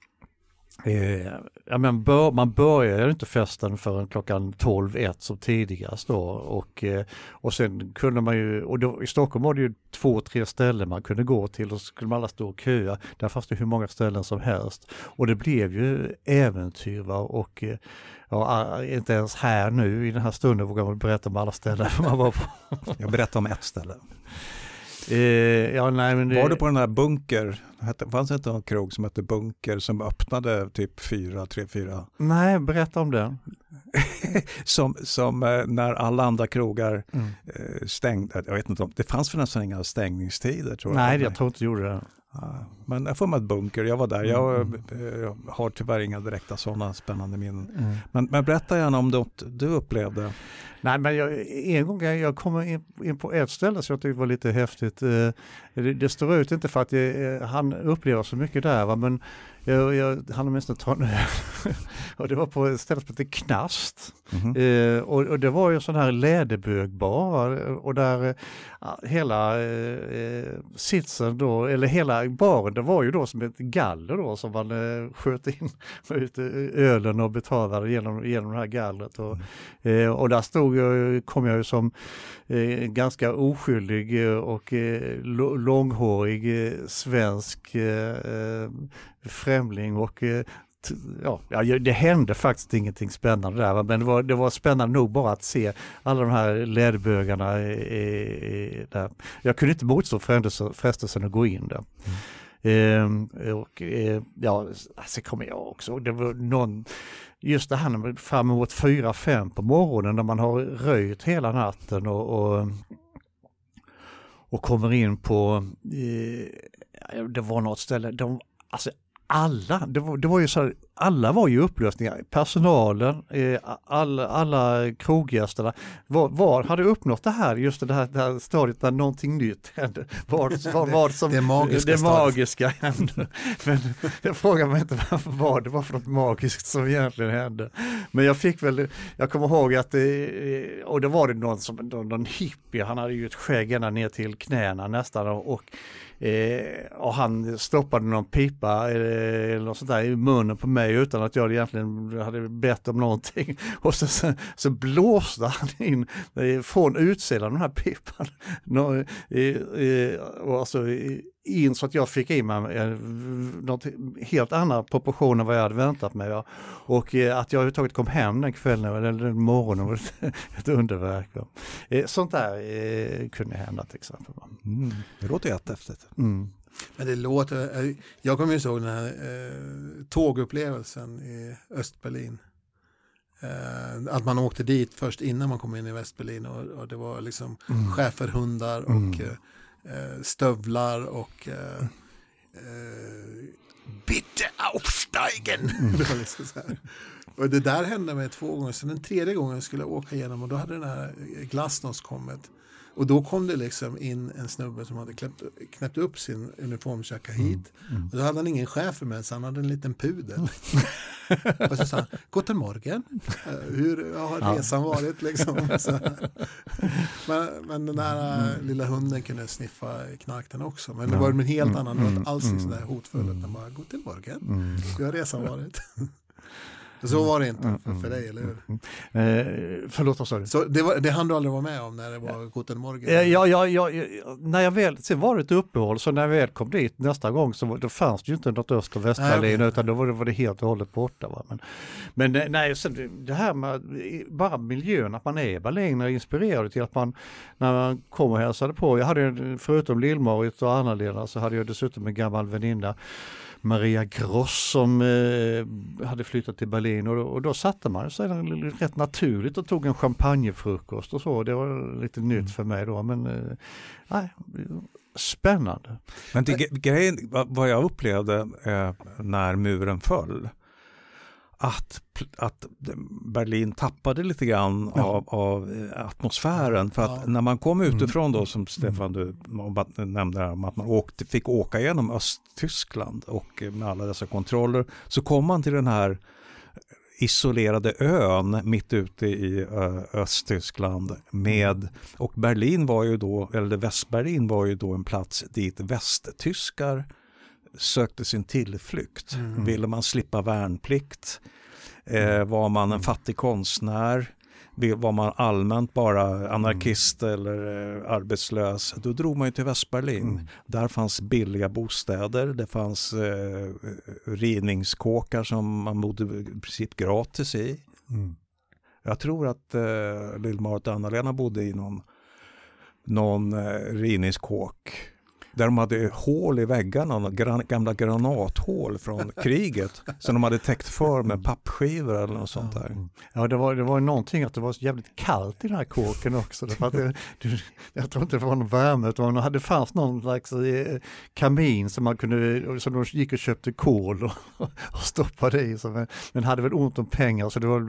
Eh, ja, men bör, man börjar inte festen förrän klockan tolv ett som tidigast då och, eh, och sen kunde man ju, och då, i Stockholm var det ju två, tre ställen man kunde gå till och så skulle man alla stå och köa, där fanns det hur många ställen som helst och det blev ju äventyr va? Och eh, ja, inte ens här nu i den här stunden vågar man berätta om alla ställen man var på. Jag berättar om ett ställe. Eh, ja, nej, men det... Var du på den här Bunker? Det fanns inte någon krog som hette Bunker som öppnade typ fyra, tre, fyra? Nej, berätta om den. som, som när alla andra krogar mm. stängde. Jag vet inte om, det fanns för nästan inga stängningstider tror jag. Nej, jag tror inte det gjorde det. Ja, men jag får med ett Bunker, jag var där. Jag, mm. jag har tyvärr inga direkta sådana spännande minnen. Mm. Men, men berätta gärna om det du upplevde. Nej, men jag, en gång jag kom in, in på ett ställe som jag tyckte var lite häftigt. Det, det står ut inte för att jag, han upplever så mycket där, va? Men jag, jag hann åtminstone ta nu. Och det var på ett ställe som heter Knast. Mm-hmm. Eh, och, och det var ju en sån här läderbögbar och där eh, hela eh, sitsen då, eller hela baren, det var ju då som ett galler då som man eh, sköt in ut ölen och betalade genom, genom det här gallret. Och, mm. eh, och där stod jag, kom jag ju som eh, ganska oskyldig och eh, långhårig eh, svensk eh, främling och eh, ja, det hände faktiskt ingenting spännande där, men det var, det var spännande nog bara att se alla de här ledbögarna i, i, där. Jag kunde inte motstå frestelsen att gå in där. Mm. Eh, och eh, ja, så kommer jag också. Det var någon, just det här fram emot fyra fem på morgonen när man har röjt hela natten och, och, och kommer in på, eh, det var något ställe, de, alltså alla, det var, det var ju så här, alla var ju upplösningar, personalen, eh, alla, alla kroggästerna var, var hade uppnått det här, just det här, det här stadiet där någonting nytt hände. Var, var, var som, det magiska, det magiska hände. Men jag frågar mig inte varför var det var för något magiskt som egentligen hände. Men jag fick väl, jag kommer ihåg att det, och det var det någon som, någon hippie, han hade ju ett skägg ända ner till knäna nästan och Eh, och han stoppade någon pipa eh, eller något sånt där i munnen på mig utan att jag egentligen hade bett om någonting. Och så, så, så blåste han in eh, från utsidan den här pipan. Nå, eh, eh, och alltså, in så att jag fick i mig eh, något helt andra proportioner än vad jag hade väntat mig. Ja. Och eh, att jag överhuvudtaget kom hem den kvällen eller den morgonen var ett, ett underverk. Ja. Eh, sånt där eh, kunde hända till exempel. Mm. Det låter jättehäftigt. Mm. Men det låter, jag kommer ju ihåg den här eh, tågupplevelsen i Östberlin. Eh, att man åkte dit först innan man kom in i Västberlin och, och det var liksom mm. schäferhundar och mm. eh, stövlar och eh, eh, bitte aufsteigen. Mm. Det var liksom så här. Och det där hände mig två gånger. Sen den tredje gången skulle jag åka igenom och då hade den här Glasnost kommit. Och då kom det liksom in en snubbe som hade knäppt, knäppt upp sin uniformsjacka hit. Mm. Mm. Och då hade han ingen chef med sig, han hade en liten pudel. Och så sa han, Guten Morgen, hur har ja. resan varit liksom? Så, men, men den där mm. lilla hunden kunde sniffa knarkten också. Men det var en helt annan, mm. inte alls mm. sådär hotfull. Den bara, Guten Morgen, mm. hur har resan varit? Så var det inte för, för dig, eller hur? Mm. Eh, förlåt, vad sa du? Så det, var, det hann du aldrig vara med om när det var Guten Morgen? Eh, ja, ja, ja, när jag väl, sen var det ett uppehåll, så när jag väl kom dit nästa gång så då fanns det ju inte något Öst- och Västberlin, okay. utan då var det, var det helt och hållet borta. Va? Men, men nej, så det här med bara miljön, att man är i Berlin är inspirerad till att man, när man kommer och hälsade på, jag hade förutom Lill-Marit och Anna-Lena så hade jag dessutom en gammal väninna, Maria Gross, som eh, hade flyttat till Berlin och, och då satte man sig rätt naturligt och tog en champagnefrukost och så. Det var lite nytt mm. för mig då, men eh, nej, spännande. Men det, grejen, vad jag upplevde eh, när muren föll, att, att Berlin tappade lite grann ja. av, av atmosfären. För att ja. när man kom utifrån då, som Stefan du nämnde, att man åkte, fick åka genom Östtyskland och med alla dessa kontroller, så kom man till den här isolerade ön mitt ute i ö, Östtyskland med, och Berlin var ju då, eller Västberlin var ju då en plats dit västtyskar sökte sin tillflykt. Mm. Ville man slippa värnplikt? Eh, var man en fattig konstnär? Var man allmänt bara anarkist mm. eller eh, arbetslös? Då drog man ju till Västberlin. Mm. Där fanns billiga bostäder. Det fanns eh, ridningskåkar som man bodde i princip gratis i. Mm. Jag tror att eh, Lill-Marit och Anna-Lena bodde i någon, någon eh, ridningskåk. Där de hade hål i väggarna, gran, gamla granathål från kriget som de hade täckt för med pappskivor eller något sånt där. Ja, det var, det var någonting att det var jävligt kallt i den här kåken också. För att det, det, jag tror inte det var någon värme, utan det hade fanns någon slags kamin som man kunde, som de gick och köpte kol och, och stoppade i. Så, men hade väl ont om pengar, så det var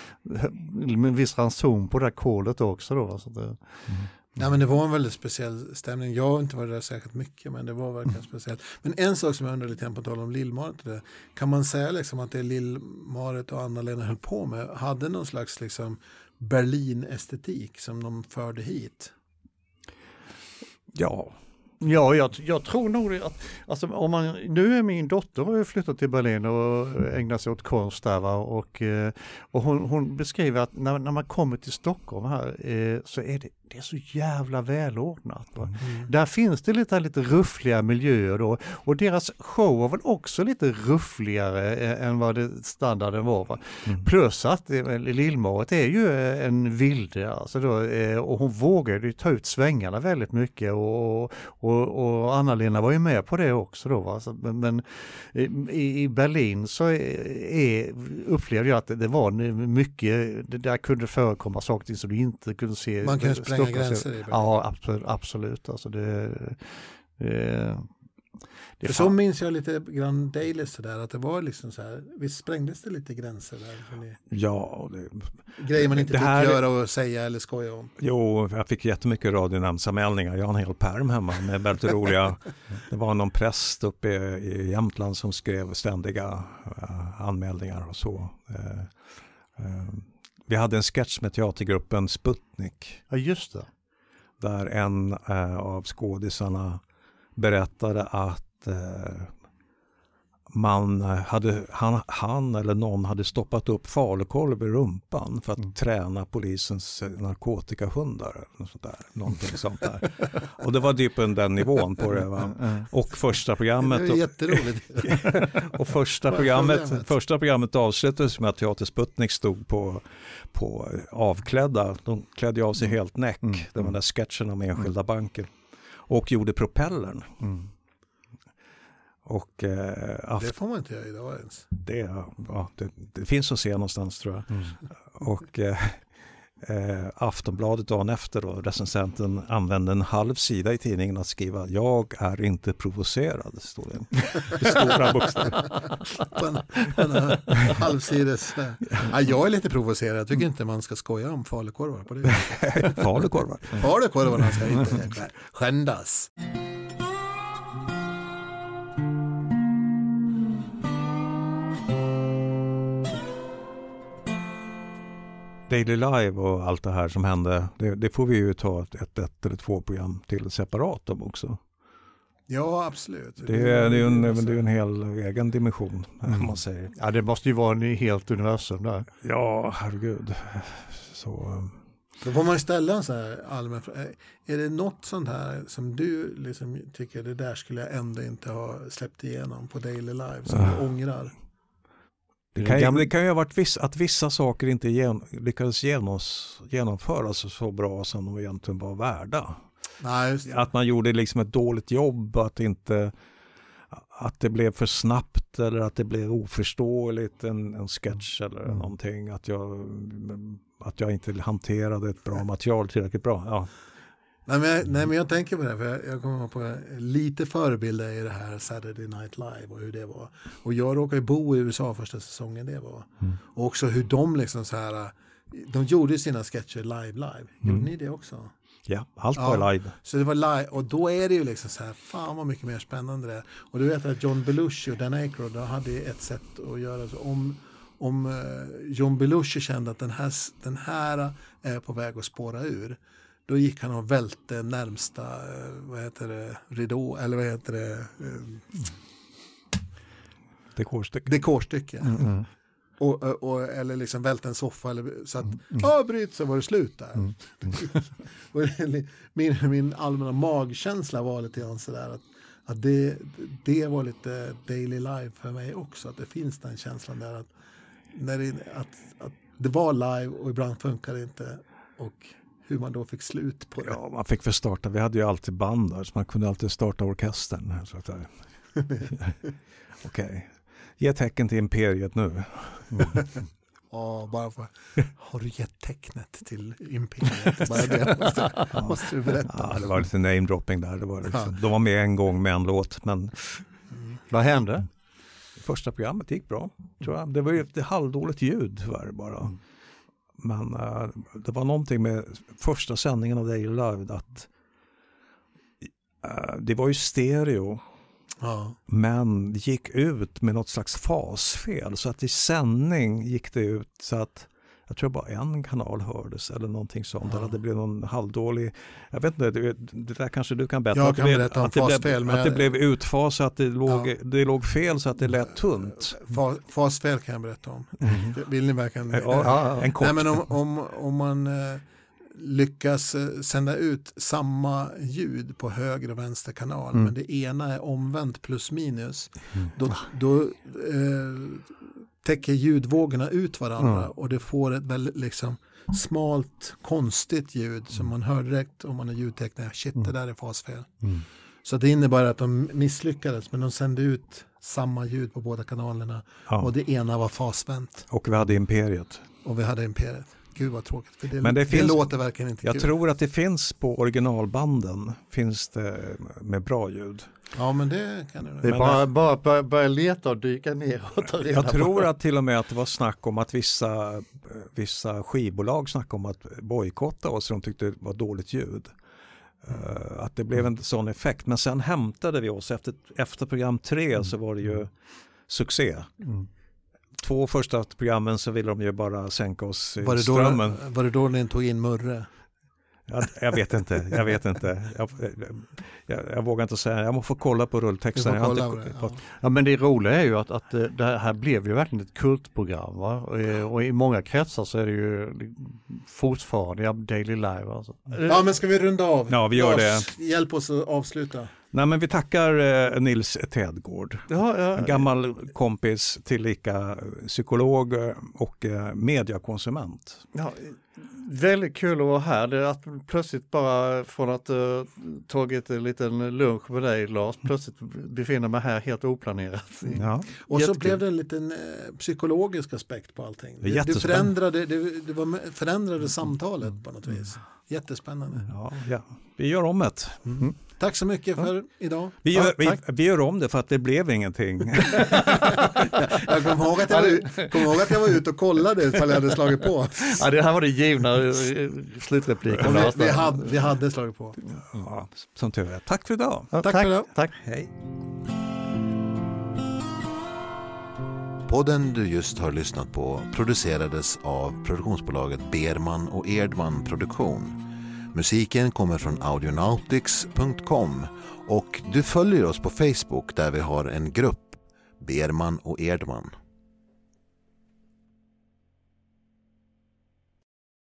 en viss ranson på det här kolet också då. Så det, mm. Ja, men det var en väldigt speciell stämning. Jag har inte varit där särskilt mycket, men det var verkligen mm. speciellt. Men en sak som jag undrar lite grann på tal om Lill-Marit, kan man säga liksom att det Lill-Marit och Anna-Lena höll på med hade någon slags liksom Berlin-estetik som de förde hit? Ja, Ja, jag, jag tror nog att alltså, om man, nu är min dotter har ju flyttat till Berlin och ägnar sig åt konst där, va? Och, och hon, hon beskriver att när, när man kommer till Stockholm här eh, så är det, det är så jävla välordnat. Va? Mm. Där finns det lite, lite ruffliga miljöer då, och deras show var väl också lite ruffligare än vad det standarden var. Va? Mm. Plus att eh, Lill-Marit är ju en vilde alltså då, eh, och hon vågade ju ta ut svängarna väldigt mycket och, och, och Anna-Lena var ju med på det också då. Va? Så, men men i, i Berlin så är, är, upplevde jag att det, det var mycket, det där kunde förekomma saker som du inte kunde se. Man kan spränga gränser i Berlin. Ja, absolut. absolut. Alltså det, det, det För så minns jag lite grann Dailys där, att det var liksom så här, visst sprängdes det lite gränser där? Ni, ja. Det, grejer man inte det fick här, göra och säga eller skoja om. Jo, jag fick jättemycket radionämndsanmälningar. Jag har en hel pärm hemma med väldigt roliga. Det var någon präst uppe i Jämtland som skrev ständiga uh, anmälningar och så. Uh, uh, vi hade en sketch med teatergruppen Sputnik. Ja, just det. Där en uh, av skådisarna berättade att uh, man hade, han, han eller någon hade stoppat upp falukorv i rumpan för att mm. träna polisens narkotikahundar. Eller sånt där, någonting sånt där. Och det var typ den nivån på det. Va? Och första programmet... Det är jätteroligt. Och, och första, programmet, första programmet avslutades med att Teater Sputnik stod på, på avklädda. De klädde av sig helt näck. Mm. Det var den där sketchen om enskilda mm. banker. Och gjorde propellern. Mm. Och, eh, aft- det får man inte göra idag ens. Det, ja, det, det finns att se någonstans tror jag. Mm. Och eh, eh, Aftonbladet dagen efter då, recensenten använde en halv sida i tidningen att skriva jag är inte provocerad, står det. I stora bokstäver. På en, en halvsides. Ja, jag är lite provocerad. Jag tycker inte man ska skoja om falukorvar på det. Falukorvar. Falukorvarna ska inte skändas. Daily Live och allt det här som hände, det, det får vi ju ta ett, ett, ett eller två program till separat om också. Ja, absolut. Det är, det är, en, det är en hel egen dimension, mm. man säger. Ja, det måste ju vara en helt universum där. Ja, herregud. Så... Då får man ställa en så här allmän fråga. Är det något sånt här som du liksom tycker det där skulle jag ändå inte ha släppt igenom på Daily Live som uh. du ångrar? Det kan, ju, det kan ju ha varit viss, att vissa saker inte gen, lyckades genos, genomföras så bra som de egentligen var värda. Nej, just det. Att man gjorde liksom ett dåligt jobb, att, inte, att det blev för snabbt eller att det blev oförståeligt en, en sketch eller mm. någonting. Att jag, att jag inte hanterade ett bra material tillräckligt bra. Ja. Nej men, jag, nej men jag tänker på det, för jag, jag kommer på lite förebilder i det här Saturday Night Live och hur det var. Och jag råkade bo i U S A första säsongen det var. Mm. Och också hur de liksom så här, de gjorde sina sketcher live live. Gjorde mm. ni det också? Ja, allt var ja, live. Så det var live, och då är det ju liksom så här, fan vad mycket mer spännande det är. Och du vet att John Belushi och Dan Aykroyd hade ett sätt att göra så. Om, om uh, John Belushi kände att den här, den här är på väg att spåra ur, då gick han och välte närmsta, vad heter det, ridå, eller vad heter det? Dekorstycke. Dekorstycke. Mm, mm. Och, och, eller liksom välte en soffa, eller, så att, ja, mm. bryt, så var det slut där. Mm. Mm. min, min allmänna magkänsla var lite grann sådär att, att det, det var lite daily life för mig också, att det finns den känslan där att, när det, att, att det var live och ibland funkar det inte, och hur man då fick slut på det. Ja, man fick förstarta. Vi hade ju alltid band där, så man kunde alltid starta orkestern. Okej. Okay. Ge tecken till Imperiet nu. Mm. Ja, bara för, har du gett tecknet till Imperiet? Bara det måste, ja. måste du berätta. Ja, det var lite name-dropping där. Det var liksom, ja. De var med en gång med en låt, men... Mm. Vad hände? Första programmet gick bra, tror jag. Det var ju ett halvdåligt ljud tyvärr bara. Mm. Men uh, det var någonting med första sändningen av Daily Live att uh, det var ju stereo, ja. Men gick ut med något slags fasfel, så att i sändning gick det ut så att jag tror bara en kanal hördes eller någonting sånt. Ja. Eller det blev någon halvdålig, jag vet inte, det, det där kanske du kan berätta. Jag att kan det blev, berätta om att det fasfel. Blev, att det blev utfas, att det låg, ja. det låg fel så att det lät tunt. Fa, fasfel kan jag berätta om. Mm. Vill ni verkligen? Ja, ja, en kort. Nej, men om, om, om man eh, lyckas eh, sända ut samma ljud på höger och vänster kanal, mm. men det ena är omvänt plus minus, mm. då, då eh, täcker ljudvågorna ut varandra mm. och det får ett väldigt liksom smalt, konstigt ljud som man hör direkt om man är ljudtekniker. Shit, det där är fasfel. Mm. Så det innebär att de misslyckades, men de sände ut samma ljud på båda kanalerna. Ja. Och det ena var fasvänt. Och vi hade Imperiet. Och vi hade Imperiet. Gud vad tråkigt. För det, men det, det finns, låter verkligen inte jag kul. Jag tror att det finns på originalbanden. Finns det med bra ljud. Ja, men det kan det. Det är bara, bara börja, börja leta och dyka ner och ta reda Jag tror på. Att till och med att det var snack om att vissa, vissa skivbolag snackade om att bojkotta oss, de tyckte det var dåligt ljud. Mm. Uh, att det blev en sån effekt. Men sen hämtade vi oss efter, efter program tre mm. så var det ju succé. Mm. Två första programmen så ville de ju bara sänka oss i var det strömmen. Då, var det då ni tog in Murre? Jag, jag vet inte, jag vet inte. Jag, jag, jag vågar inte säga, jag måste få kolla på rulltexten. Jag kolla jag inte, det, ja. Ja, men det roliga är ju att, att det här blev ju verkligen ett kultprogram, va? Och, och i många kretsar så är det ju fortfarande ja, Daily Live. Alltså. Ja, men ska vi runda av? Ja, vi gör Lars, det. Hjälp oss att avsluta. Nej, men vi tackar eh, Nils Tedgård. Ja, ja. En gammal kompis, tillika psykolog och eh, mediakonsument. Ja, väldigt kul att vara här. Det är att plötsligt bara från att uh, tagit en liten lunch med dig, Lars, plötsligt befinner mig här helt oplanerat. Ja. Och så blev det en liten eh, psykologisk aspekt på allting. Det, det, förändrade, det, det var, förändrade samtalet på något vis. Jättespännande. Ja, ja. Vi gör om det. Mm. Tack så mycket för ja. idag. Vi gör, ja, vi, vi gör om det för att det blev ingenting. jag kommer ihåg att jag var, kom ihåg att jag var ute och kollade ifall jag hade slagit på. Ja, det här var det givna slutrepliken. Vi, vi, hade, vi hade slagit på. Ja, som tur är. Tack för idag. Ja, tack, tack för idag. Tack. Hej. Podden du just har lyssnat på producerades av produktionsbolaget Berman och Erdman Produktion. Musiken kommer från audionautics punkt com och du följer oss på Facebook där vi har en grupp, Berman och Erdman.